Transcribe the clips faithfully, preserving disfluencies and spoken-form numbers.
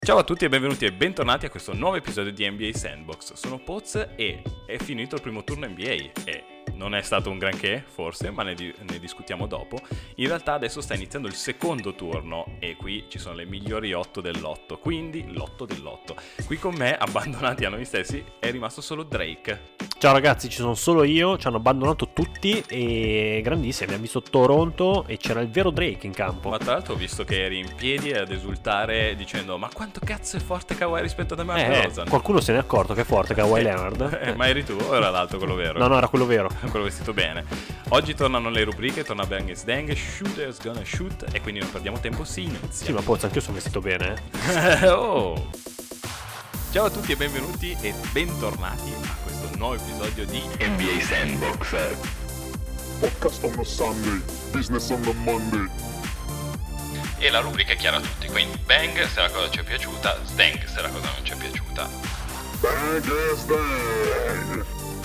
Ciao a tutti e benvenuti e bentornati a questo nuovo episodio di N B A Sandbox. Sono Poz e è finito il primo turno N B A e non è stato un granché, forse, ma ne, di- ne discutiamo dopo. In realtà adesso sta iniziando il secondo turno e qui ci sono le migliori otto dell'otto, quindi l'otto dell'otto. Qui con me, abbandonati a noi stessi, è rimasto solo Drake. Ciao ragazzi, ci sono solo io, ci hanno abbandonato tutti e grandissimi, abbiamo visto Toronto e c'era il vero Drake in campo. Ma tra l'altro ho visto che eri in piedi ad esultare dicendo ma quanto cazzo è forte Kawhi rispetto a DeMar Eh, DeRozan? qualcuno se ne è accorto che è forte Kawhi Leonard. Eh, ma eri tu o era l'altro quello vero? No, no, era quello vero. Quello vestito bene. Oggi tornano le rubriche, torna Bang is Dang, Shooters Gonna Shoot e quindi non perdiamo tempo, si inizia. Sì, ma Pozzo, anch'io sono vestito bene, eh. Oh. Ciao a tutti e benvenuti e bentornati a questo nuovo episodio di N B A Sandbox. Podcast on a Sunday, business on a Monday. E la rubrica è chiara a tutti, quindi Bang se la cosa ci è piaciuta, Stang se la cosa non ci è piaciuta. Bang is Dang.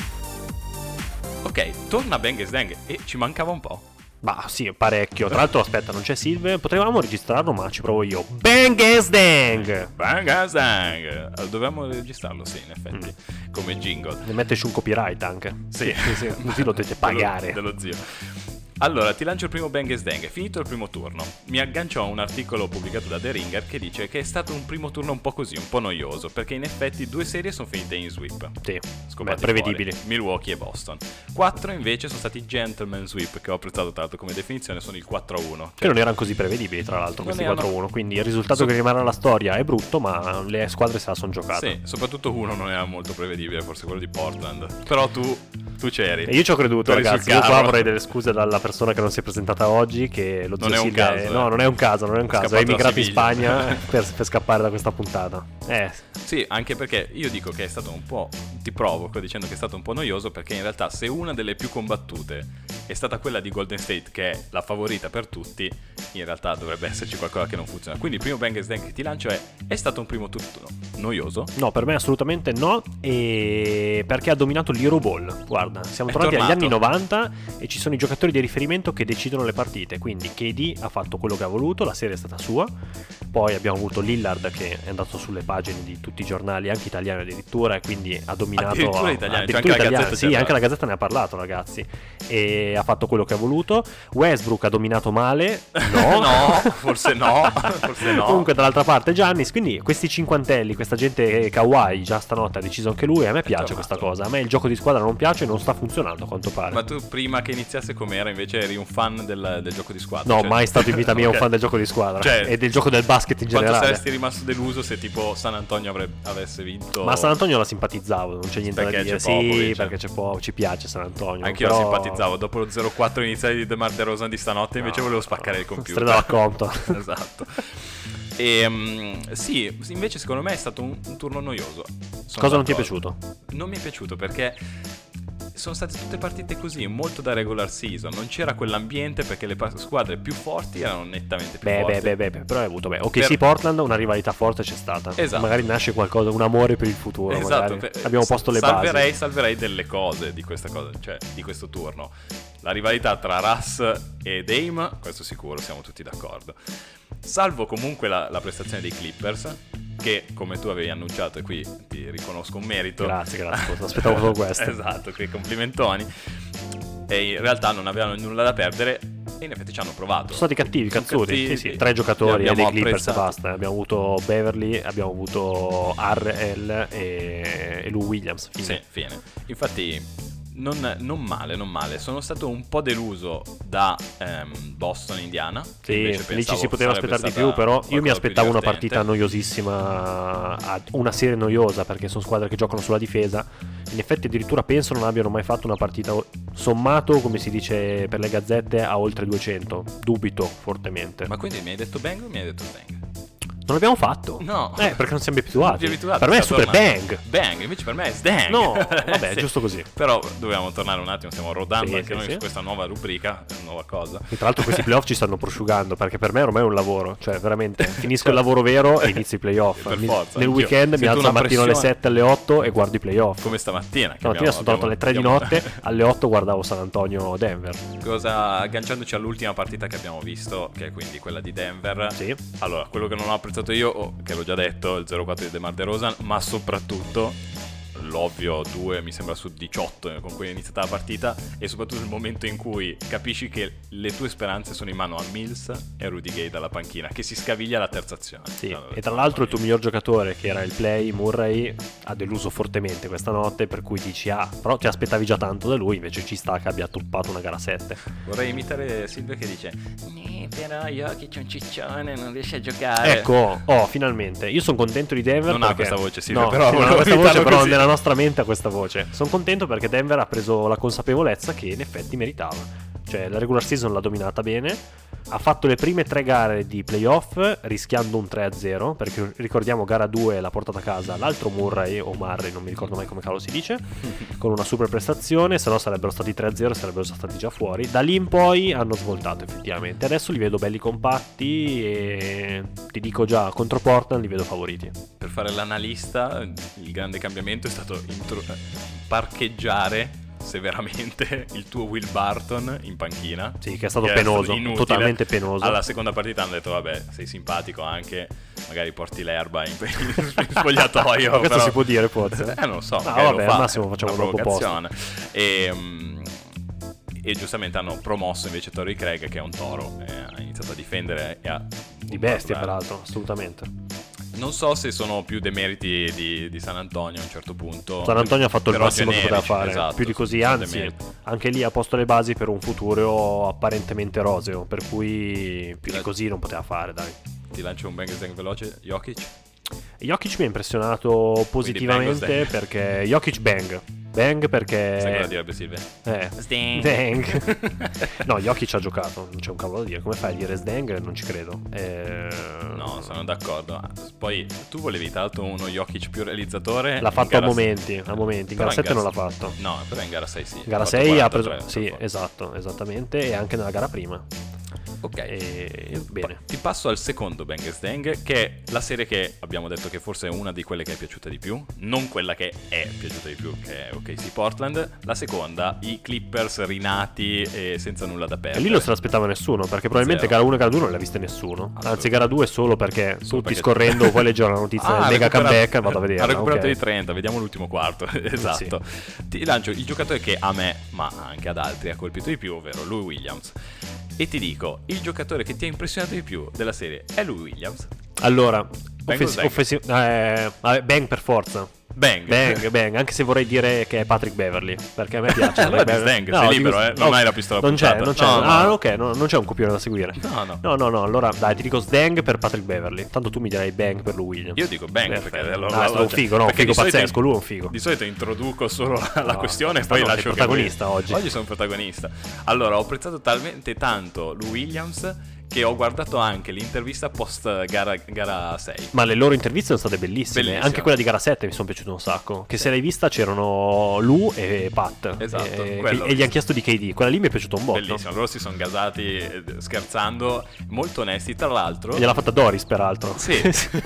Ok, torna Bang is Dang e ci mancava un po'. Ma sì, parecchio. Tra l'altro, aspetta, non c'è Silve. Potevamo registrarlo, ma ci provo io. Bang is Dang! Bang is Dang! Dovevamo registrarlo, sì, in effetti, mm. come jingle. Ne metterci un copyright anche. Sì, sì, sì, così lo dovete pagare. Dello, dello zio. Allora, ti lancio il primo Bang is Dang. È finito il primo turno. Mi aggancio a un articolo pubblicato da The Ringer che dice che è stato un primo turno un po' così, un po' noioso, perché in effetti due serie sono finite in sweep. Sì, Scopati beh, prevedibili. Fuori, Milwaukee e Boston. Quattro invece sono stati gentleman sweep, che ho apprezzato tra l'altro come definizione, sono il quattro a uno. Cioè, che non erano così prevedibili, tra l'altro, non questi erano... quattro a uno. Quindi il risultato so... che rimane alla storia è brutto, ma le squadre se la sono giocate. Sì, soprattutto uno non era molto prevedibile, forse quello di Portland. Però tu, tu c'eri. E io ci ho creduto, tu ragazzi. Io qua vorrei delle scuse dalla persona che non si è presentata oggi, che lo zio non è un Silvia caso, è... eh. No, non è un caso, non è un caso. È emigrato in Spagna per, per scappare da questa puntata. Eh. Sì, anche perché io dico che è stato un po'... Ti provoco dicendo che è stato un po' noioso, perché in realtà se una delle più combattute è stata quella di Golden State, che è la favorita per tutti, in realtà dovrebbe esserci qualcosa che non funziona. Quindi il primo Bang is Dang che ti lancio è: è stato un primo turno noioso? No, per me assolutamente no, e perché ha dominato l'Euroball. Guarda, siamo È tornati tornato. agli anni novanta e ci sono i giocatori di riferimento che decidono le partite. Quindi K D ha fatto quello che ha voluto, la serie è stata sua. Poi abbiamo avuto Lillard che è andato sulle pagine di tutti i giornali, anche italiani addirittura, e quindi ha dominato. Addirittura italiani, addirittura cioè anche la italiani. Gazzetta Sì, anche la Gazzetta ne ha parlato, ragazzi. E ha fatto quello che ha voluto. Westbrook ha dominato male. No, no, forse no, forse no. Comunque dall'altra parte Giannis, quindi questi cinquantelli, questa gente, Kawhi già stanotte ha deciso anche lui, a me piace questa cosa, a me il gioco di squadra non piace e non sta funzionando a quanto pare. Ma tu prima che iniziasse com'era invece eri un fan del, del gioco di squadra? No, cioè... mai stato in vita mia okay. un fan del gioco di squadra, cioè, e del gioco del basket in quanto generale. saresti rimasto deluso se tipo San Antonio avrebbe, avesse vinto? Ma San Antonio la simpatizzavo, non c'è niente perché da dire. c'è Popovic. Sì, perché c'è po', ci piace San Antonio. Anche però... io la simpatizzavo. Dopo lo zero quattro iniziale di DeMar DeRozan di stanotte invece no, volevo spaccare il computer. Stradava conto. Esatto. E um, sì, invece secondo me è stato un, un turno noioso. Sono Cosa non ti è d'accordo. piaciuto? Non mi è piaciuto perché sono state tutte partite così, molto da regular season. Non c'era quell'ambiente perché le squadre più forti erano nettamente più beh, forti. Beh, beh, beh, però hai avuto beh. Ok, per... sì, Portland una rivalità forte c'è stata. Esatto. Magari nasce qualcosa, un amore per il futuro. Esatto. Per... Abbiamo posto le salverei, basi. Salverei delle cose di questa cosa, cioè di questo turno. La rivalità tra Russ e Dame, questo sicuro, siamo tutti d'accordo. Salvo comunque la, la prestazione dei Clippers, che come tu avevi annunciato, e qui ti riconosco un merito. Grazie, grazie, aspettavo solo questo. Esatto, che complimentoni. E in realtà non avevano nulla da perdere e in effetti ci hanno provato. Sono stati cattivi, Sono cazzuti. cattivi, Sì, sì, tre giocatori e dei Clippers e apprezzato. basta. Abbiamo avuto Beverly, abbiamo avuto R L e, e Lou Williams. Fine. Sì, fine. Infatti non, non male, non male. Sono stato un po' deluso da ehm, Boston Indiana. Sì, lì ci si poteva aspettare di più, però io mi aspettavo una partita noiosissima, una serie noiosa, perché sono squadre che giocano sulla difesa. In effetti addirittura penso non abbiano mai fatto una partita sommato, come si dice per le gazzette, a oltre duecento. Dubito fortemente. Ma quindi mi hai detto bang o mi hai detto bang? Non l'abbiamo fatto? No. Eh, perché non siamo abituati. Non abituati, per me è sta super tornando. bang. Bang, invece per me è sdang. No, vabbè, Sì. giusto così. Però dobbiamo tornare un attimo, stiamo rodando Sì, anche sì, noi sì. su questa nuova rubrica, nuova cosa. E tra l'altro questi playoff ci stanno prosciugando, perché per me ormai è un lavoro. Cioè veramente finisco il lavoro vero e inizio i playoff. Per Mi- forza, Nel anch'io. weekend mi Sento alzo al una mattino alle pressione. sette, alle otto e guardo i playoff. Come stamattina. Che Stamattina sono tornato alle tre di abbiamo- notte, alle otto guardavo San Antonio Denver. Cosa, agganciandoci all'ultima partita che abbiamo visto, che è quindi quella di Denver. Sì. Allora, quello che non ho apprezzato apprezzato io, oh, che l'ho già detto, il zero quattro di DeMar DeRozan, ma soprattutto l'ovvio due mi sembra su diciotto con cui è iniziata la partita, e soprattutto il momento in cui capisci che le tue speranze sono in mano a Mills e Rudy Gay dalla panchina, che si scaviglia la terza azione. Sì, no, e tra l'altro il tuo miglior giocatore, che era il play Murray, ha deluso fortemente questa notte, per cui dici ah, però ti aspettavi già tanto da lui, invece ci sta che abbia toppato una gara sette. Vorrei imitare Silvio che dice però io che c'è un ciccione, non riesce a giocare. Ecco, oh, finalmente. Io sono contento di Denver. Non perché... ha questa voce, Silvio, no, però sì, non ha questa voce, però così. Nella nostra mente ha questa voce. Sono contento perché Denver ha preso la consapevolezza che in effetti meritava. Cioè, la regular season l'ha dominata bene. Ha fatto le prime tre gare di playoff rischiando un tre a zero, perché ricordiamo gara due l'ha portata a casa l'altro Murray o Murray, non mi ricordo mai come cavolo si dice, con una super prestazione, se no sarebbero stati tre a zero e sarebbero stati già fuori. Da lì in poi hanno svoltato effettivamente. Adesso li vedo belli compatti e ti dico già, contro Portland li vedo favoriti. Per fare l'analista, il grande cambiamento è stato intro- parcheggiare severamente il tuo Will Barton in panchina. Sì, che è stato che penoso, è stato totalmente penoso. Alla seconda partita hanno detto vabbè, sei simpatico anche, magari porti l'erba in, in spogliatoio. Questo però... si può dire, Pozzo? Eh, non lo so, ah, magari vabbè, lo fa, al massimo facciamo una dopo posto. E, um, e giustamente hanno promosso invece Torrey Craig, che è un toro, e ha iniziato a difendere e a di bestia peraltro, assolutamente. Non so se sono più demeriti di, di San Antonio a un certo punto. San Antonio ha fatto il massimo generici, che poteva fare, esatto, più di così, anzi demeriti. Anche lì ha posto le basi per un futuro apparentemente roseo, per cui più di così non poteva fare, dai. Ti lancio un bang bang veloce, Jokic? Jokic mi ha impressionato positivamente bang perché Jokic bang Bang perché sai cosa direbbe Silvia? Eh Sdang. Dang. No, Jokic ha giocato, non c'è un cavolo da dire. Come fai a dire Sdang? Non ci credo. eh... No, sono d'accordo. Poi tu volevi tra l'altro uno Jokic più realizzatore. L'ha fatto a momenti, a momenti. In gara sette non l'ha fatto. No, però in gara sei sì. In gara sei ha preso. Sì, esatto, esattamente. E anche nella gara prima. Ok, e... bene. Ti passo al secondo Bang Stang, che è la serie che abbiamo detto che forse è una di quelle che è piaciuta di più, non quella che è piaciuta di più, che è O K C Portland. La seconda, i Clippers rinati e senza nulla da perdere. E lì non se l'aspettava nessuno, perché probabilmente Zero. gara uno e gara due non le ha viste nessuno. Anzi, gara due solo perché solo tutti perché... scorrendo puoi leggere la notizia ah, del mega comeback e vado a vedere. Ha recuperato okay. di trenta, vediamo l'ultimo quarto. Esatto. Sì. Ti lancio il giocatore che a me, ma anche ad altri, ha colpito di più, ovvero Lou Williams. E ti dico, il giocatore che ti ha impressionato di più della serie è Lou Williams? Allora, offensi- offensi- eh, bang per forza. Bang. Bang, bang, anche se vorrei dire che è Patrick Beverly, perché a me piace. Allora Bang, no, sei libero, eh? Non no, hai la pistola non puntata. c'è, non c'è. No, no. Ah, ok, no, non c'è un copione da seguire. No, no. No, no, no, allora dai, ti dico Sdang per Patrick Beverly. Tanto tu mi dirai Bang per Lou Williams. Io dico Bang Perfetto. perché allora, no, è stato un figo, no, un figo pazzesco, lui è un figo. Di solito introduco solo la no, questione e poi no, lascio che protagonista oggi. Oggi sono protagonista. Allora, ho apprezzato talmente tanto Lou Williams che ho guardato anche l'intervista post gara, gara sei. Ma le loro interviste sono state bellissime. Bellissime. Anche quella di gara sette mi sono piaciute un sacco. Che se l'hai vista c'erano Lou e Pat. Esatto. E, e gli hanno chiesto di K D. Quella lì mi è piaciuta un botto. Bellissimo. Loro si sono gasati scherzando, molto onesti. Tra l'altro e gliel'ha fatta Doris peraltro. Sì.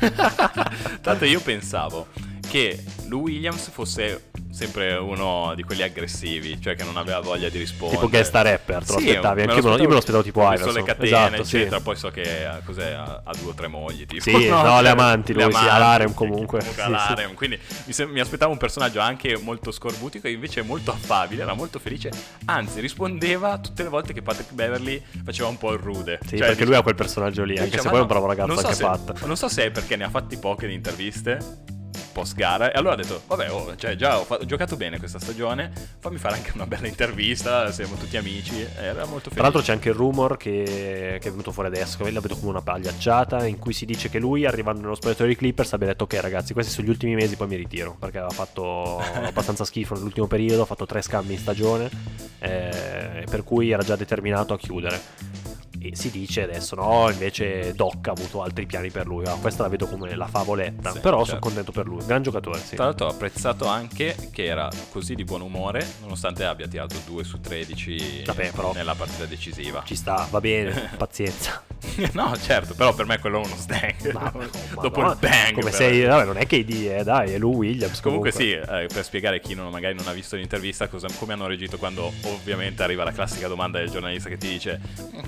Tanto io pensavo che Lou Williams fosse sempre uno di quelli aggressivi, cioè che non aveva voglia di rispondere, tipo guest rapper, te lo sì, aspettavi? Anche io me lo aspettavo tipo Iverson, le catene, esatto, eccetera. Sì. Poi so che cos'è, ha, ha due o tre mogli, tipo. Sì, no, no, le amanti, lui, le sì, all'harem comunque. comunque sì, all'harem. Sì. Quindi mi, sem- mi aspettavo un personaggio anche molto scorbutico e invece molto affabile, era molto felice, anzi rispondeva tutte le volte che Patrick Beverly faceva un po' il rude. Sì, cioè, perché dice, lui ha quel personaggio lì, anche dice, se poi è no, un bravo ragazzo so anche se, fatto. Non so se è perché ne ha fatti poche di interviste post gara e allora ha detto vabbè oh, cioè già ho, fatto, ho giocato bene questa stagione, fammi fare anche una bella intervista, siamo tutti amici, era molto felice. Tra l'altro c'è anche il rumor che, che è venuto fuori adesso, che la vedo come una pagliacciata, in cui si dice che lui arrivando nello spogliatoio dei Clippers abbia detto ok ragazzi questi sono gli ultimi mesi, poi mi ritiro, perché aveva fatto abbastanza schifo nell'ultimo periodo, ha fatto tre scambi in stagione, eh, per cui era già determinato a chiudere. E si dice adesso no, invece Doc ha avuto altri piani per lui. Ah, questa la vedo come la favoletta, sì, però certo. Sono contento per lui, gran giocatore, sì. Tra l'altro ho apprezzato anche che era così di buon umore nonostante abbia tirato due su tredici Vabbè, però nella partita decisiva. Ci sta, va bene, pazienza. No, certo, però per me quello è uno stank. Ma, no, dopo no, il bang come per... sei, vabbè, non è K D, eh, dai, è Lou Williams comunque, comunque. sì, eh, per spiegare chi non, magari non ha visto l'intervista cosa, come hanno reagito quando ovviamente arriva la classica domanda del giornalista che ti dice come avete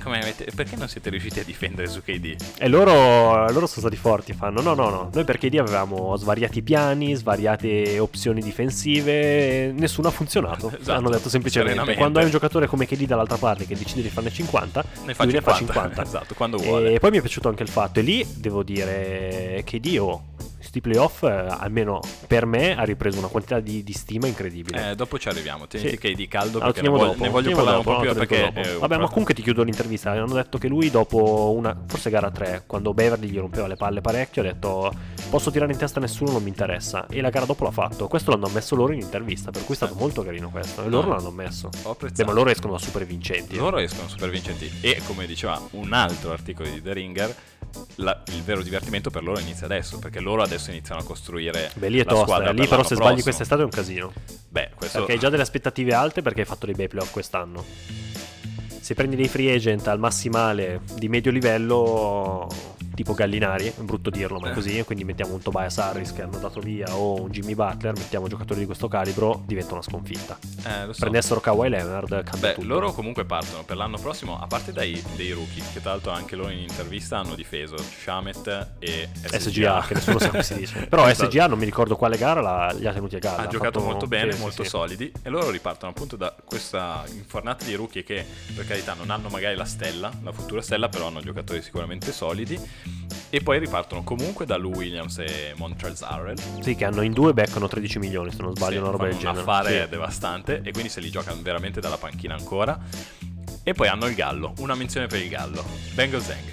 siete, perché non siete riusciti a difendere su K D? E loro, loro sono stati forti, fanno no no no, noi per K D avevamo svariati piani, svariate opzioni difensive, nessuno ha funzionato. Esatto, hanno detto semplicemente quando hai un giocatore come K D dall'altra parte che decide di farne cinquanta, ne fa lui cinquanta, ne fa cinquanta. Esatto, quando vuole. E poi mi è piaciuto anche il fatto, e lì devo dire K D oh, questi playoff, eh, almeno per me, ha ripreso una quantità di, di stima incredibile. Eh, dopo ci arriviamo. Tieniti sì. K D caldo, allora, perché ne voglio, dopo, ne voglio parlare dopo, un po' più perché... Eh, Vabbè, ma comunque ti chiudo l'intervista. Hanno detto che lui dopo una, forse gara tre, quando Beverly gli rompeva le palle parecchio, ha detto posso tirare in testa a nessuno, non mi interessa. E la gara dopo l'ha fatto. Questo l'hanno ammesso loro in intervista, per cui è stato eh. molto carino questo. E loro no. l'hanno ammesso. Ho apprezzato. Beh, ma loro escono da super vincenti. Loro eh. escono super vincenti. E come diceva un altro articolo di The Ringer, la, il vero divertimento per loro inizia adesso, perché loro adesso iniziano a costruire Beh, lì è la tosta, squadra lì per però l'anno se prossimo. sbagli quest'estate è un casino. Beh, questo... perché hai già delle aspettative alte perché hai fatto dei bei playoff quest'anno. Se prendi dei free agent al massimale di medio livello, tipo Gallinari, è brutto dirlo ma è così, quindi mettiamo un Tobias Harris che hanno dato via o un Jimmy Butler, mettiamo giocatori di questo calibro, diventa una sconfitta. Eh, lo so. Prendessero Kawhi Leonard, cambia Beh, tutto. loro comunque partono per l'anno prossimo, a parte dai, dei rookie, che tra l'altro anche loro in intervista hanno difeso Shamet e S G A, S G A che nessuno sa come si dice. Però esatto. S G A non mi ricordo quale gara la, li ha tenuti a galla. Ha, ha giocato fatto... molto bene, sì, molto sì, solidi, e loro ripartono appunto da questa infornata di rookie che per carità non hanno magari la stella, la futura stella, però hanno giocatori sicuramente solidi, e poi ripartono comunque da Lou Williams e Montrezl Harrell. Sì, che hanno in due beccano tredici milioni, se non sbaglio, sì, una roba del un genere. affare sì. devastante, e quindi se li giocano veramente dalla panchina ancora. E poi hanno il Gallo, una menzione per il Gallo, Bengals Zeng.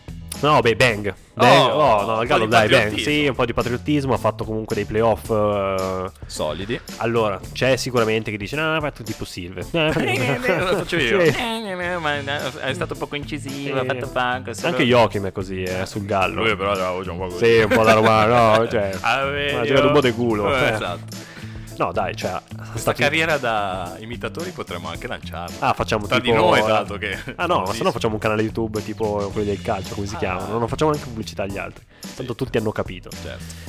No, beh, Bang. Bang. Oh, oh no, il Gallo dai, Bang. patriottismo. Sì, un po' di patriottismo, ha fatto comunque dei playoff uh... solidi. Allora, c'è sicuramente chi dice no, ha fatto tipo Silver. Lo faccio io. Sì. Ma è stato poco incisivo, ha Sì. fatto punk. Anche Joachim è così, eh, sul Gallo. Lui però la voce un po' così. Sì, un po' da romano, no, cioè, Ah, ha giocato un po' di culo. Eh, eh. Esatto. No, dai, cioè, Questa stati... carriera da imitatori potremmo anche lanciarla. Ah, facciamo tra tipo... di noi, tra l'altro, che Ah no, ma esiste. se no facciamo un canale YouTube tipo quelli del calcio, come si Ah. chiamano. Non facciamo neanche pubblicità agli altri. Tanto Sì. tutti hanno capito. Certo.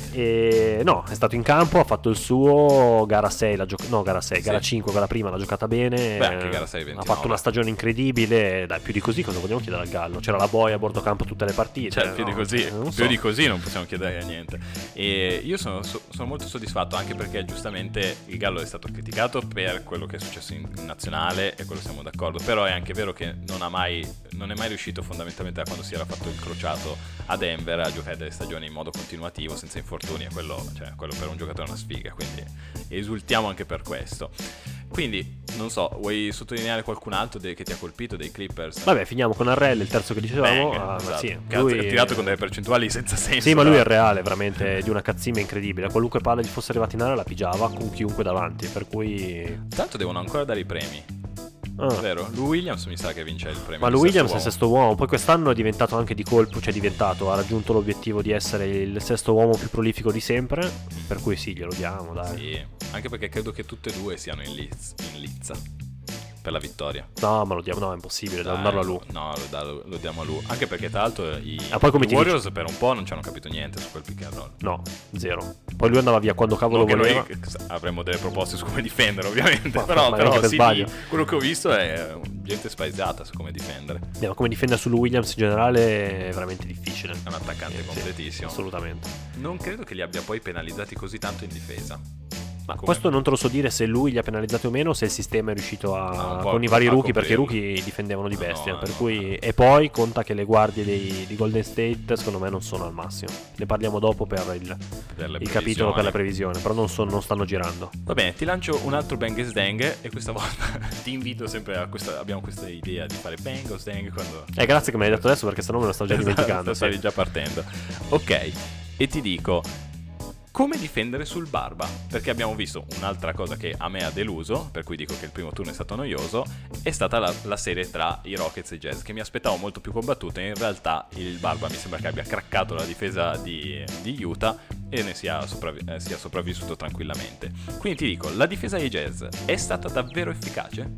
E no, è stato in campo, ha fatto il suo, gara sei, la gioc- no gara sei, Sì. gara cinque, quella prima l'ha giocata bene. Beh, anche gara sei, ha ventinove. fatto una stagione incredibile. Dai, più di così cosa vogliamo chiedere al Gallo? C'era la boia a bordo campo tutte le partite. Cioè, più no? di così, Eh, non più so. di così non possiamo chiedere niente. E io sono, so- sono molto soddisfatto, anche perché giustamente il Gallo è stato criticato per quello che è successo in, in nazionale, e quello siamo d'accordo. Però è anche vero che non ha mai non è mai riuscito, fondamentalmente, da quando si era fatto il crociato a Denver, a giocare delle stagioni in modo continuativo senza infortuni, e quello, cioè, quello per un giocatore è una sfiga, quindi esultiamo anche per questo. Quindi, non so, vuoi sottolineare qualcun altro de- che ti ha colpito dei Clippers? Vabbè, finiamo con Arrel, il terzo che dicevamo. Bang, ah, esatto. sì, Cazzo, lui... è tirato con delle percentuali senza senso. Sì, ma lui però. è reale, veramente di una cazzima incredibile. Qualunque palla gli fosse arrivata in area la pigiava con chiunque davanti, per cui... Tanto devono ancora dare i premi. Ah. Vero? Lou Williams mi sa che vince il premio. Ma di Lou Williams sesto è uomo. sesto uomo, poi quest'anno è diventato anche di colpo, cioè è diventato, ha raggiunto l'obiettivo di essere il sesto uomo più prolifico di sempre, per cui sì, glielo diamo, dai. Sì, anche perché credo che tutte e due siano in, liz- in lizza per la vittoria. No, ma lo diamo, no, è impossibile, devo darlo a lui. No, lo, da- lo diamo a lui. Anche perché tra l'altro i, Ah, poi come i ti Warriors per un po' non ci hanno capito niente su quel pick and roll. No, zero. Poi lui andava via quando cavolo Non che voleva. noi avremmo delle proposte su come difendere, ovviamente. Ma- però ma però neanche per sì, sbaglio. di- quello che ho visto è gente spaesata su come difendere. No, come difendere su Lou Williams in generale è veramente difficile. È un attaccante Sì, completissimo. assolutamente. Non credo che li abbia poi penalizzati così tanto in difesa. Ma Come- questo non te lo so dire se lui li ha penalizzati o meno, se il sistema è riuscito a Ah, un po' con i vari a rookie, perché i coprirlo. rookie difendevano di No, bestia, no, per no, cui no. e poi conta che le guardie dei, di Golden State secondo me non sono al massimo. Ne parliamo dopo per il, Per le il capitolo per la previsioni. previsione, però non, so- non stanno girando. Va bene, ti lancio un altro Bang e Dang, e questa volta ti invito sempre a questa, abbiamo questa idea di fare Bang o Dang quando... Eh, grazie che me l'hai detto adesso perché sennò me lo stavo già Esatto, dimenticando. stavi sì. già partendo. Ok, e ti dico come difendere sul Barba, perché abbiamo visto un'altra cosa che a me ha deluso, per cui dico che il primo turno è stato noioso, è stata la, la serie tra i Rockets e i Jazz, che mi aspettavo molto più combattuta, e in realtà il Barba mi sembra che abbia craccato la difesa di, di Utah e ne sia, sopravvi- eh, sia sopravvissuto tranquillamente. Quindi ti dico, la difesa dei Jazz è stata davvero efficace?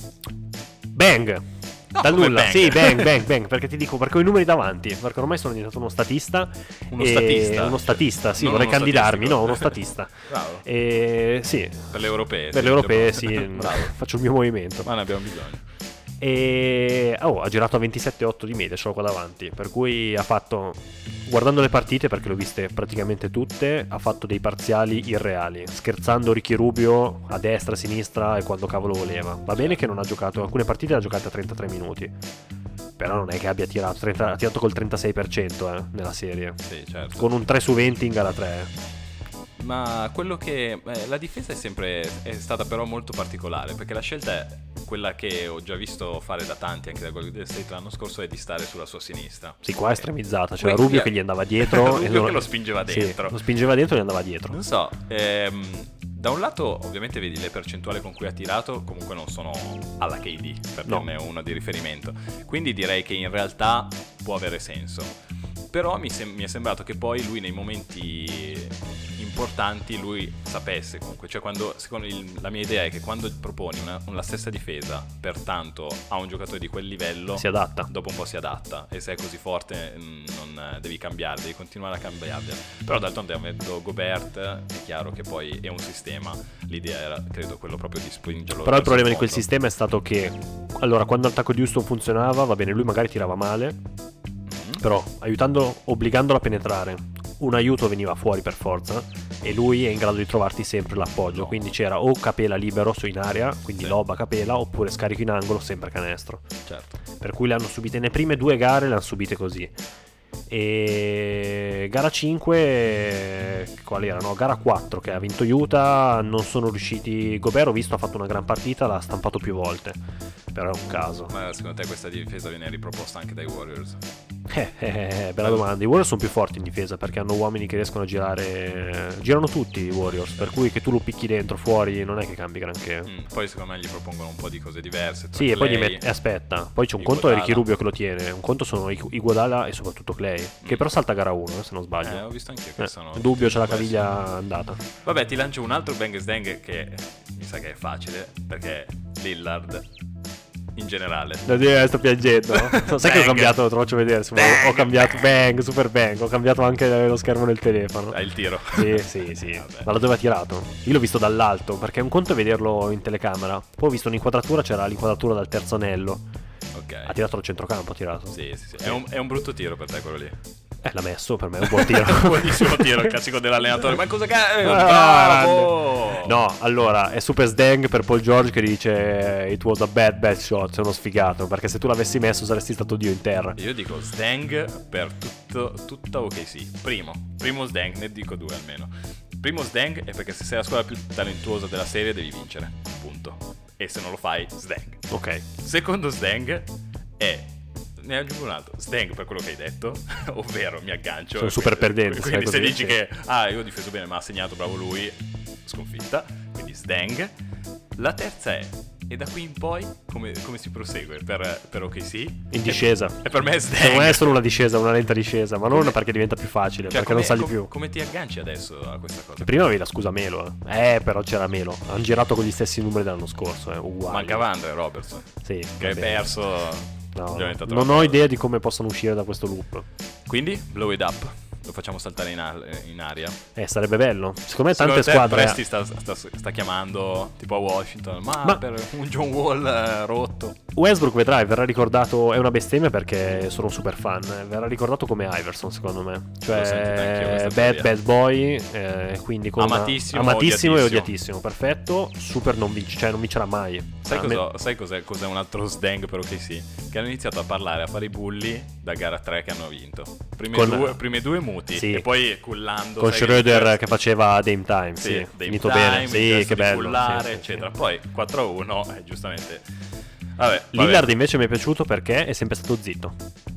Bang! No, Dal come nulla, bang. sì, bang, bang, bang, perché ti dico, perché ho i numeri davanti, perché ormai sono diventato uno statista. Uno e- statista? Uno statista, sì, Non vorrei uno candidarmi, statistico. no, uno statista. Bravo. E sì, Per le europee. per sì, le europee diciamo. sì, Bravo. faccio il mio movimento. Ma ne abbiamo bisogno. E oh, ha girato a ventisette virgola otto di media, ce l'ho qua davanti. Per cui ha fatto, guardando le partite, perché le ho viste praticamente tutte, ha fatto dei parziali irreali, scherzando Ricky Rubio a destra, a sinistra e quando cavolo voleva. Va bene che non ha giocato, alcune partite le ha giocate a trentatré minuti, però non è che abbia tirato trenta, ha tirato col trentasei per cento eh, nella serie. Sì, certo. Con un tre su venti in gara tre. Ma quello che eh, la difesa è sempre è stata però molto particolare, perché la scelta è quella che ho già visto fare da tanti anche da Golden State l'anno scorso, è di stare sulla sua sinistra. Sì, qua è estremizzata, c'era Rubio via, che gli andava dietro Rubio e non... che lo spingeva dentro. Sì, lo spingeva dentro e gli andava dietro. Non so, ehm, da un lato ovviamente vedi le percentuali con cui ha tirato comunque non sono alla K D, per no. dirne uno di riferimento, quindi direi che in realtà può avere senso. Però mi, sem- mi è sembrato che poi lui nei momenti importanti lui sapesse comunque, cioè quando, secondo il, la mia idea è che quando proponi una, una stessa difesa pertanto a un giocatore di quel livello si adatta, dopo un po' si adatta, e se è così forte non devi cambiare, devi continuare a cambiarla. Però d'altronde avendo Gobert è chiaro che poi è un sistema, l'idea era credo quello proprio di spingerlo. Però il problema di quel sistema è stato che allora quando l'attacco di Houston funzionava, va bene, lui magari tirava male, mm-hmm. però aiutando, obbligandolo a penetrare, un aiuto veniva fuori per forza e lui è in grado di trovarti sempre l'appoggio, quindi c'era o Capela libero su in area, quindi sì. lob a Capela, oppure scarico in angolo, sempre canestro. Certo. Per cui le hanno subite nelle prime due gare, le hanno subite così. E gara cinque qual era? No, gara quattro che ha vinto Utah, non sono riusciti. Gobert ho visto ha fatto una gran partita, l'ha stampato più volte, però è un caso. Ma secondo te questa difesa viene riproposta anche dai Warriors? Eh, eh, bella domanda. I Warriors sono più forti in difesa perché hanno uomini che riescono a girare, girano tutti i Warriors, per cui che tu lo picchi dentro, fuori, non è che cambi granché. Mm, poi secondo me gli propongono un po' di cose diverse. Sì, e poi gli met- aspetta, poi c'è un conto è Ricky Rubio che lo tiene, un conto sono Iguodala e soprattutto Clay, mm. che però salta gara uno, se non sbaglio. Eh, ho visto anche che eh, sono dubbio, c'è la caviglia andata. Vabbè, ti lancio un altro bang sdang che mi sa che è facile, perché Lillard in generale. Eh, sto piangendo. No? Sai che ho cambiato, te lo faccio vedere. Bang, ho cambiato bang, bang, super bang. Ho cambiato anche lo schermo del telefono. Ah, il tiro. Sì, sì, sì. Vabbè. Ma da dove ha tirato? Io l'ho visto dall'alto, perché un conto è vederlo in telecamera. Poi ho visto un'inquadratura, c'era l'inquadratura dal terzo anello. Ok. Ha tirato al centrocampo, ha tirato. Sì, sì, sì. È un, è un brutto tiro per te quello lì. Eh, l'ha messo, per me è un buon tiro. Un buonissimo tiro, il classico dell'allenatore. Ma cosa cazzo? Bravo! No, allora, è super sdang per Paul George che dice it was a bad, bad shot, sei uno sfigato, perché se tu l'avessi messo saresti stato Dio in terra. Io dico sdang per tutto, tutta O K C. Primo, primo sdang, ne dico due almeno. Primo sdang è perché se sei la squadra più talentuosa della serie devi vincere, punto. E se non lo fai, sdang. Ok. Secondo sdang è... Ne aggiungo un altro, sdang per quello che hai detto, ovvero mi aggancio. Sono super perdente. Quindi se così, dici sì. che ah io ho difeso bene ma ha segnato, bravo lui, sconfitta. Quindi sdang. La terza è, e da qui in poi come, come si prosegue per, per O K C? In discesa. E per me è sdang. Non è solo una discesa, una lenta discesa, ma non come, perché diventa più facile, cioè perché come, non sali com, più. Come ti agganci adesso a questa cosa? Prima avevi la scusa Melo, eh. eh però c'era Melo. Hanno girato con gli stessi numeri dell'anno scorso, eh, uguali. Mancava Andre Robertson. Sì. Che hai perso. No, non ho idea di come possano uscire da questo loop. Quindi, blow it up. Lo facciamo saltare in, a- in aria. Eh, sarebbe bello. Secondo me Secondo tante te squadre. Presti sta, sta, sta chiamando tipo a Washington. Ma, Ma... per un John Wall eh, rotto. Westbrook vedrai, verrà ricordato. È una bestemmia perché sono un super fan. Verrà ricordato come Iverson, secondo me. Cioè, bad bad boy. Eh, quindi con amatissimo, una... amatissimo e odiatissimo. odiatissimo. Perfetto. Super non vince, cioè non vincerà mai. Sai, ah, cosa, me... sai cos'è, cos'è un altro sdang per O K C? Che hanno iniziato a parlare, a fare i bulli da gara tre che hanno vinto. Prime, con... due, prime due muti, sì. E poi cullando con Schroeder che faceva Dame Time, sì, sì finito time, bene, sì, che bello, cullare, sì, eccetera. Sì. Poi quattro a uno, eh, giustamente. Vabbè, Lillard vabbè. invece mi è piaciuto perché è sempre stato zitto.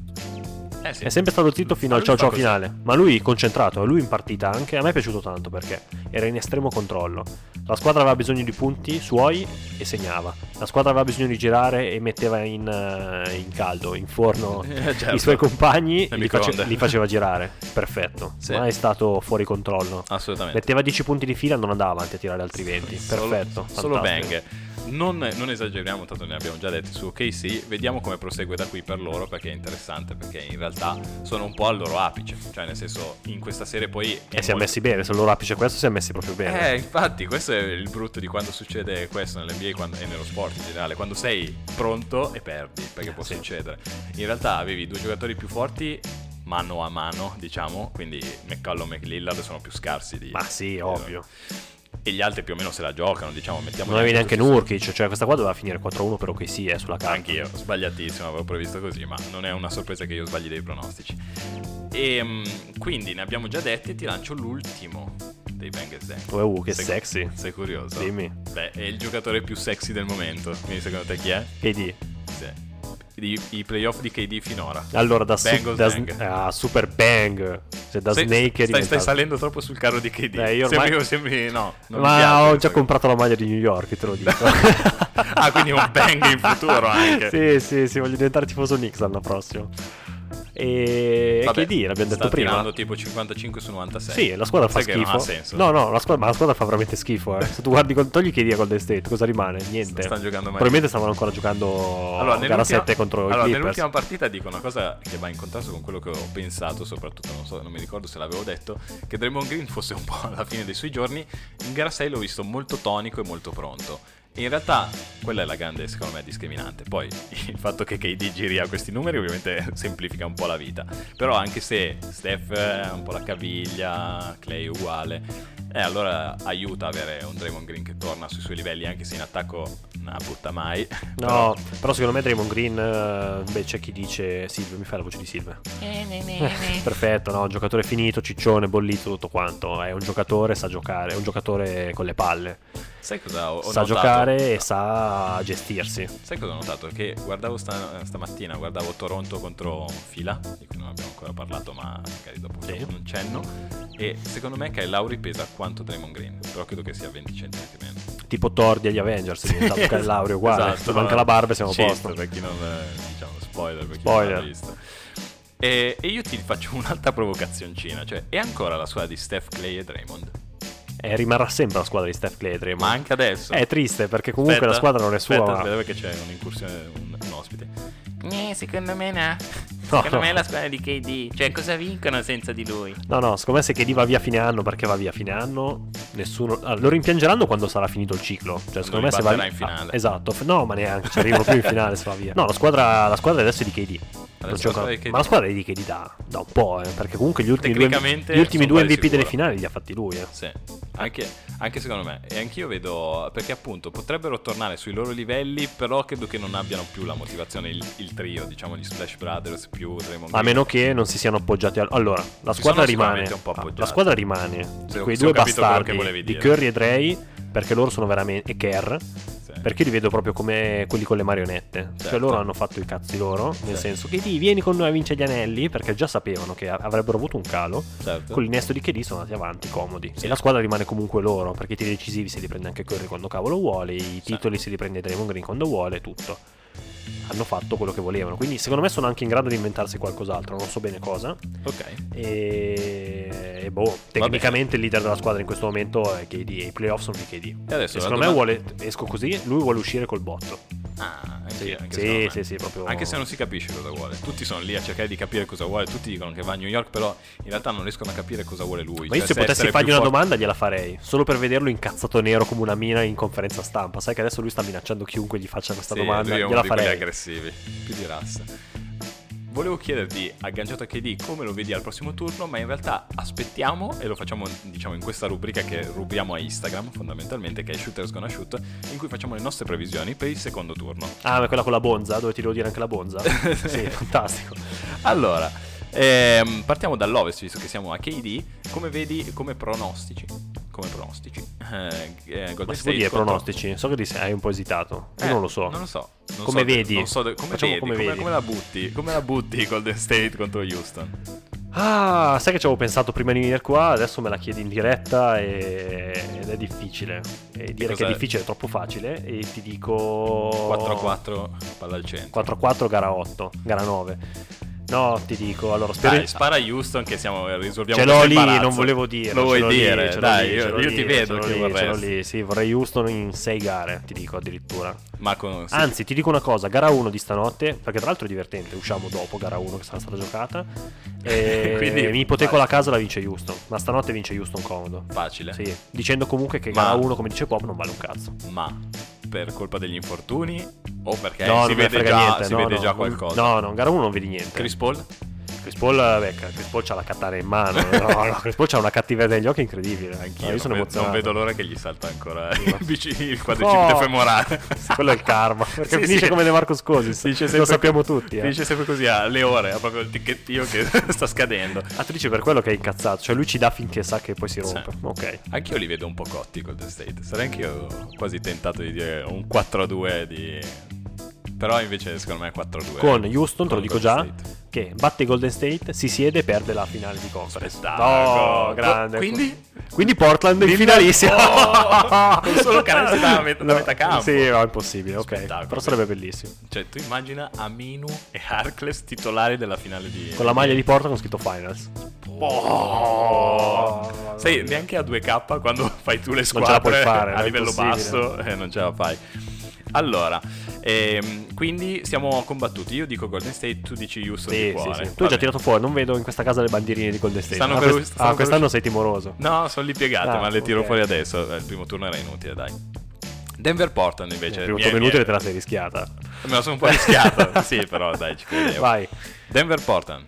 Eh sì. È sempre stato zitto fino ma al ciao ciao così. finale. Ma lui concentrato, lui in partita anche. A me è piaciuto tanto perché era in estremo controllo. La squadra aveva bisogno di punti suoi e segnava. La squadra aveva bisogno di girare e metteva in, uh, in caldo, in forno eh, certo. i suoi compagni e li, face- li faceva girare. Perfetto. Sì. Ma è stato fuori controllo. Assolutamente. Metteva dieci punti di fila e non andava avanti a tirare altri venti. Solo, Perfetto. Solo fantastico. bang. non, non esageriamo, tanto ne abbiamo già detti su O K C, vediamo come prosegue da qui per loro, perché è interessante, perché in realtà sono un po' al loro apice, cioè nel senso in questa serie poi... E si è messi bene, se il loro apice questo si è messi proprio bene. Eh, infatti questo è il brutto di quando succede questo nell'N B A quando, e nello sport in generale, quando sei pronto e perdi, perché può sì. succedere. In realtà avevi due giocatori più forti mano a mano, diciamo, quindi McCollum e Lillard sono più scarsi di... Ma sì, ovvio. E gli altri più o meno se la giocano, diciamo, mettiamo. Non avevi neanche Nurkic, cioè questa qua doveva finire quattro a uno per O K C eh, sulla carta. Anch'io, sbagliatissimo, avevo previsto così, ma non è una sorpresa che io sbagli dei pronostici. E quindi ne abbiamo già detti, ti lancio l'ultimo dei Bengals. Uh, che sei, sexy. Sei curioso? Dimmi. Beh, è il giocatore più sexy del momento, quindi secondo te chi è? K D. Sì. I, i playoff di K D finora. Allora da, Bengals, su, da bang. Ah, super bang. Se da Sei, Snake è stai, diventato... stai salendo troppo sul carro di K D. Beh, io ormai... sembri, sembri, no, non ma mi piace, ho già comprato la maglia di New York, te lo dico. Ah, quindi un bang in futuro anche. Sì, sì, sì, voglio diventare tifoso Knicks l'anno prossimo. E Vabbè, K D l'abbiamo detto sta prima. tirando tipo cinquantacinque su novantasei. Sì, la squadra fa Sai che schifo. non ha senso. No, no, la squadra, ma la squadra fa veramente schifo. Eh. Se tu guardi, togli K D a Golden State, cosa rimane? Niente. Stanno giocando mai. Probabilmente stavano ancora giocando allora, gara sette contro allora, i Clippers. nell'ultima partita dico una cosa che va in contrasto con quello che ho pensato, soprattutto non so, non mi ricordo se l'avevo detto, che Draymond Green fosse un po' alla fine dei suoi giorni. In gara sei l'ho visto molto tonico e molto pronto. E in realtà quella è la grande, secondo me, discriminante. Poi il fatto che K D giri a questi numeri ovviamente semplifica un po' la vita. Però anche se Steph ha un po' la caviglia, Clay uguale, eh, allora aiuta avere un Draymond Green che torna sui suoi livelli, anche se in attacco non la butta mai. No, però... però secondo me Draymond Green, beh, c'è chi dice Silvio, mi fai la voce di Silvio. Perfetto, no, un giocatore finito, ciccione, bollito, tutto quanto. È un giocatore, sa giocare, è un giocatore con le palle. Sai cosa ho, ho sa notato? giocare e sa gestirsi. Sai cosa ho notato? Che guardavo sta, stamattina, guardavo Toronto contro Fila, di cui non abbiamo ancora parlato, ma magari dopo sì. facciamo un cenno. E secondo me Kyle Lowry pesa quanto Draymond Green, però credo che sia venti centimetri meno. Tipo Thor degli Avengers, è diventato Kyle Lowry uguale. Esatto, Se manca la barba e siamo a posto. Per chi non, diciamo, spoiler per chi Spoiler. non l'ha visto. E, e io ti faccio un'altra provocazioncina, cioè è ancora la squadra di Steph, Clay e Draymond? Eh, rimarrà sempre la squadra di Steph Clay e Draymond. Ma anche adesso? È triste perché comunque aspetta, la squadra non è sua. Aspetta, ma... aspetta perché c'è un'incursione, un, un ospite. Eh, secondo me no. No, Secondo no. me è la squadra di K D. Cioè, cosa vincono senza di lui? No, no, secondo me se K D va via a fine anno, perché va via a fine anno, nessuno... Ah, lo rimpiangeranno quando sarà finito il ciclo. Cioè, secondo me se va via... in finale. Ah, esatto, no, ma neanche, ci arrivano più in finale se va via. No, la squadra, la squadra adesso è di K D. Non c'è la squadra ancora- di K D. Ma la squadra è di K D da, da un po', eh, perché comunque gli ultimi due, Tecnicamente gli ultimi sono due M V P quasi delle sicuro. finali li ha fatti lui, eh. Sì, anche, anche secondo me. E anch'io vedo, perché appunto potrebbero tornare sui loro livelli, però credo che non abbiano più la motivazione, il, il trio, diciamo gli Splash Brothers più Draymond A Green. meno che non si siano appoggiati al... Allora, la Si squadra sono rimane sicuramente un po' ah, appoggiati. La squadra rimane Se ho- quei se ho due capito quello bastardi che volevi di dire. Curry e Dray, perché loro sono veramente... e Kerr, Sì. perché io li vedo proprio come quelli con le marionette. Cioè Certo. loro hanno fatto i cazzi loro, nel Sì. senso che di vieni con noi a vincere gli anelli, perché già sapevano che avrebbero avuto un calo. Certo. Con l'innesto di K D sono andati avanti comodi. Sì. E la squadra rimane comunque loro, perché i tiri decisivi se li prende anche Curry quando cavolo vuole, i titoli se li prende Draymond Green quando vuole, tutto. Hanno fatto quello che volevano, quindi secondo me sono anche in grado di inventarsi qualcos'altro, non so bene cosa. Ok. E, e boh, tecnicamente il leader della squadra in questo momento è K D e i playoff sono di K D. E adesso E la secondo me domanda- vuole, esco così, lui vuole uscire col botto. Ah, anche, Sì, anche sì, secondo me. sì, sì, proprio- Anche se non si capisce cosa vuole. Tutti sono lì a cercare di capire cosa vuole. Tutti dicono che va a New York, però in realtà non riescono a capire cosa vuole lui. Ma io Cioè, se potessi essere fargli più una forte- domanda gliela farei, solo per vederlo incazzato nero come una mina in conferenza stampa. Sai che adesso lui sta minacciando chiunque gli faccia questa Sì, domanda, lui è uno gliela di quelli farei. aggressivi, più di razza. Volevo chiederti, agganciato a K D, come lo vedi al prossimo turno, ma in realtà aspettiamo e lo facciamo, diciamo, in questa rubrica che rubiamo a Instagram, fondamentalmente, che è Shooters Gonna Shoot, in cui facciamo le nostre previsioni per il secondo turno. Ah, ma quella con la bonza, dove ti devo dire anche la bonza? Sì, fantastico. Allora, ehm, partiamo dall'Ovest, visto che siamo a K D. Come vedi, come pronostici? Come pronostici? Eh, eh, Golden Ma si può State dire contro- pronostici? So che ti sei- hai un po' esitato. Io Eh, non lo so. Non lo so. Non Come so- vedi? Non so de- come Facciamo vedi? come Come, vedi. come la butti? Come la butti Golden State contro Houston? Ah, sai che ci avevo pensato prima di venire qua, adesso me la chiedi in diretta e... ed è difficile. E dire Cosa- che è difficile è troppo facile e ti dico... quattro a quattro, palla al centro. quattro a quattro gara otto, gara nove. No, ti dico, allora spero... Dai, spara a Houston che siamo, risolviamo ce l'ho lì, non volevo dire. Lo vuoi dire? Lì, Dai, lì, io, io lì, ti vedo che lì, vorresti. Lì, sì, vorrei Houston in sei gare, ti dico addirittura. Ma con, sì. Anzi, ti dico una cosa, gara uno di stanotte, perché tra l'altro è divertente, usciamo dopo gara uno che sarà stata giocata. E Quindi mi ipoteco vai. la casa, la vince Houston. Ma stanotte vince Houston comodo. Facile. Sì, dicendo comunque che Ma- gara uno, come dice Pop, non vale un cazzo. Ma per colpa degli infortuni o perché no, si non me ne vede, frega già, niente, si no, vede no, già non- qualcosa? No, no, gara uno non vedi niente. Chris Paul? Chris Paul, becca, Chris Paul c'ha la katana in mano. No, no, Chris Paul c'ha una cattiveria negli occhi incredibile. Anch'io, No, io sono non, vedo, emozionato. non vedo l'ora che gli salta ancora il, vicino, il quadricipite Oh, femorale. sì, quello è il karma. Perché Sì, finisce sì. come De Marcos Cosis. Finisce Lo sempre sappiamo co- tutti. Eh. Finisce sempre così alle ore, ha proprio il ticchettio che sta scadendo. Ah, tu dici per quello che è incazzato. Cioè lui ci dà finché sa che poi si rompe. Sì. Ok. Anch'io li vedo un po' cotti Golden State. Sarei anch'io quasi tentato di dire un quattro a due di... Però invece secondo me è quattro a due. Con Houston, te lo Con dico Golden già, State. che batte Golden State, si siede e perde la finale di conference. Spettacolo. No, grande. Quindi? Quindi Portland in finalissima. Oh, con solo canestri da met- da metà campo. Sì, ma è impossibile, ok. Spettacolo. Però sarebbe bellissimo. Cioè, tu immagina Aminu e Harkless titolari della finale di... Con la maglia di Portland con scritto Finals. Oh. Sai, neanche a due K quando fai tu le ce la puoi squadre fare, a è livello impossibile. basso, eh, non ce la fai. Allora, ehm, quindi siamo combattuti. Io dico Golden State, tu dici Houston di Sì, sì, cuore. sì. Tu hai Va già bene. tirato fuori, non vedo in questa casa le bandierine di Golden State. Stanno ah, per- quest- stanno ah, per quest'anno usci- sei timoroso. No, sono lì piegate, Ah, ma le tiro ok. fuori adesso. Il primo turno era inutile, dai. Denver Portland invece. Il primo mi è- turno mi è- inutile te la sei rischiata. Me la sono un po' rischiata. Sì, però dai, ci credevo. Vai. Denver Portland.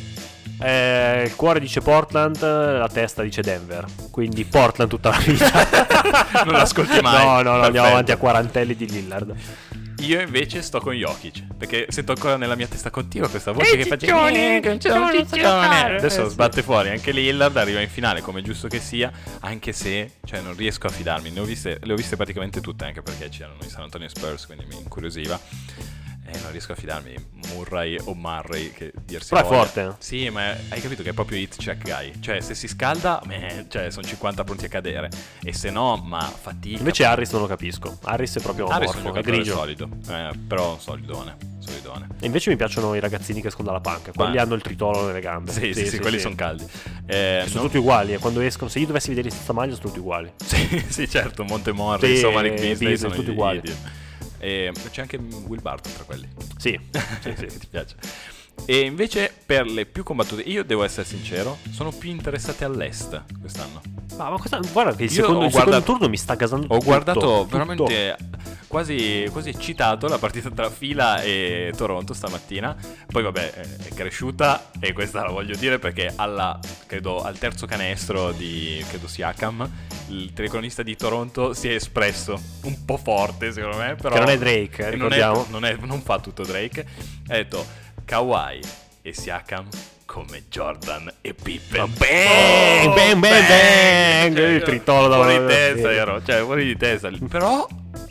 Eh, il cuore dice Portland, la testa dice Denver. Quindi Portland tutta la vita. Non l'ascolti mai. No, no, no, andiamo Perfetto. avanti a quarantelli di Lillard. Io invece sto con Jokic, perché sento ancora nella mia testa continua questa voce che fa ciccione, che c'è un ciccione. Adesso Eh, sì. sbatte fuori anche Lillard, arriva in finale come è giusto che sia, anche se cioè non riesco a fidarmi. Ne ho viste, le ho viste praticamente tutte, anche perché c'erano i San Antonio Spurs, quindi mi incuriosiva. E non riesco a fidarmi Murray o Murray, che dirsi Però è voglia. forte. Sì, ma hai capito che è proprio hit check guy. Cioè se si scalda, meh, cioè sono cinquanta pronti a cadere. E se no, ma fatica. Invece Harris non lo capisco. Harris è proprio Harris è un morfo, è giocatore grigio. solido, eh, però solidone, solidone. E invece mi piacciono i ragazzini che escono dalla panca. Quelli Ma- hanno il tritolo nelle gambe. Sì, sì, sì, quelli sono caldi. Eh, Sono non- tutti uguali. E quando escono, se io dovessi vedere senza maglia, sono tutti uguali. Sì, sì, certo, Montemorri, Sì, insomma, Rick Beasley, Beasley sono tutti gli uguali. idiot. E c'è anche Will Barton tra quelli. Sì, sì, sì. Ti piace. E invece per le più combattute, io devo essere sincero, sono più interessate all'est quest'anno. Ma, ma questa, guarda che il, Io secondo, ho il secondo guardato- turno mi sta gasando Ho tutto, guardato tutto. veramente quasi, quasi eccitato la partita tra Fila e Toronto stamattina. Poi vabbè, è cresciuta e questa la voglio dire perché alla, credo, al terzo canestro di, credo Siakam, il telecronista di Toronto si è espresso un po' forte secondo me, però Che non è Drake, eh, e non, è, ricordiamo. non, è- non fa tutto Drake. Ha detto Kawhi e Siakam come Jordan e Pippen. Bang, bang, bang, bang. Cioè, Il tritolo fuori da- di testa sì. ero, cioè fuori di testa. Però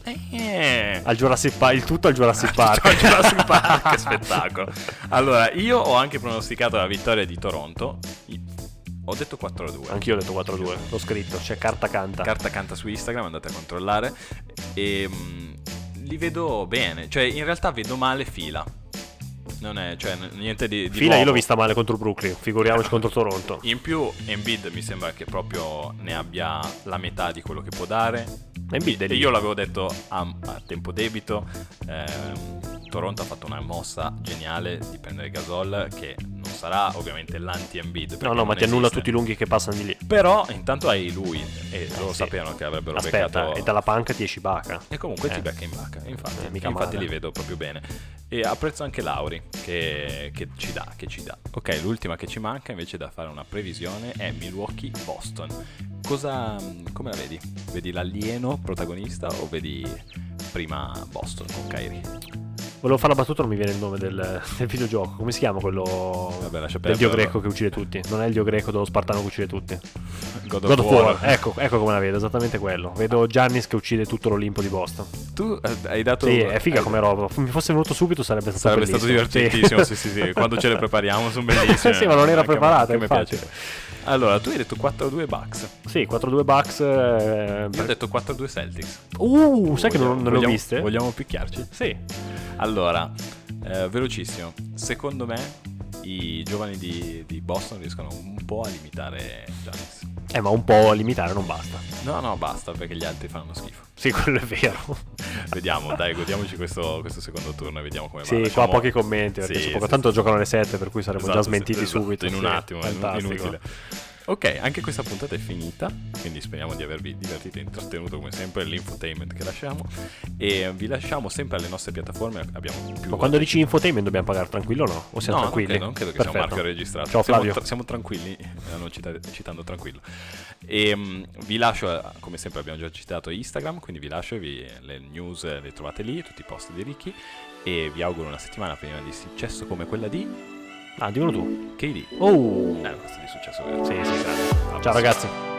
eh, Al Jurassic Park, il tutto al Jurassic Park. Ciao, Jurassic Park, che spettacolo. Allora, io ho anche pronosticato la vittoria di Toronto. I- Ho detto quattro a due. Anch'io ho detto quattro a due, l'ho scritto, c'è carta canta. Carta canta su Instagram, andate a controllare. E mh, li vedo bene. Cioè, in realtà vedo male Fila. Non è, cioè, n- niente di, di Fila nuovo. io l'ho vista male contro il Brooklyn, figuriamoci contro Toronto. In più, Embiid mi sembra che proprio ne abbia la metà di quello che può dare. Embiid è E lì. io l'avevo detto a, a tempo debito. ehm, Toronto ha fatto una mossa geniale di prendere Gasol, che non sarà ovviamente l'anti-Embiid. perché No, no, non ma ti annulla esiste. tutti i lunghi che passano di lì. Però intanto hai lui e loro sì. sapevano che avrebbero Aspetta, beccato. e dalla panca ti esci Baca. E comunque Eh. ti becca in vacca. Infatti, Eh, mica infatti male. li vedo proprio bene. E apprezzo anche Lauri che, che ci dà, che ci dà. Ok, l'ultima che ci manca invece da fare una previsione è Milwaukee-Boston. Cosa, come la vedi? Vedi l'alieno protagonista o vedi prima Boston con Kyrie? Volevo fare la battuta, non mi viene il nome del, del videogioco. Come si chiama quello Vabbè, lascia del perdere. dio greco che uccide tutti? Non è il dio greco dello Spartano che uccide tutti. God of, God of War. War. Ecco, ecco come la vedo, esattamente quello. Vedo Giannis che uccide tutto l'Olimpo di Boston. Tu eh, hai dato... Sì, è figa hai- come roba. Mi fosse venuto subito sarebbe stato Sarebbe stato bellissimo. divertentissimo, sì, sì, sì. Quando ce le prepariamo sono bellissime. Sì, ma non era Anche a me- preparata, anche a me infatti. piace. Allora, tu hai detto quattro a due Bucks. Sì, quattro a due Bucks. eh, Io ho detto quattro a due Celtics. Uh, sai che non, non le ho Vogliamo- viste? Vogliamo picchiarci? Sì. Allora, eh, velocissimo. Secondo me i giovani di, di Boston riescono un po' a limitare Giannis. Eh, ma un po' a limitare non basta. No, no, basta, perché gli altri fanno schifo. Sì, quello è vero. Vediamo, dai, godiamoci questo, questo secondo turno e vediamo come va. Sì, Lasciamo... qua pochi commenti, perché sì, poco, sì, tanto sì. giocano alle sette, per cui saremmo Esatto, già smentiti esatto, subito. in un sì. attimo, è Fantastico. inutile. Ok, anche questa puntata è finita, quindi speriamo di avervi divertito e intrattenuto come sempre, l'infotainment che lasciamo, e vi lasciamo sempre alle nostre piattaforme, abbiamo più... Ma quando dici infotainment dobbiamo pagare tranquillo o no? O siamo no, tranquilli? non credo, non credo che Perfetto. sia un marchio registrato. Ciao siamo, Flavio. tra- siamo tranquilli, eh, non cita- citando tranquillo. E um, vi lascio, eh, come sempre abbiamo già citato Instagram, quindi vi lascio, vi, le news eh, le trovate lì, tutti i post di Ricky, e vi auguro una settimana piena di successo come quella di... Ah, dimmelo tu. K D. Oh! Eh, questo di successo vero. Sì, sì, grande. Alla Ciao prossima. ragazzi.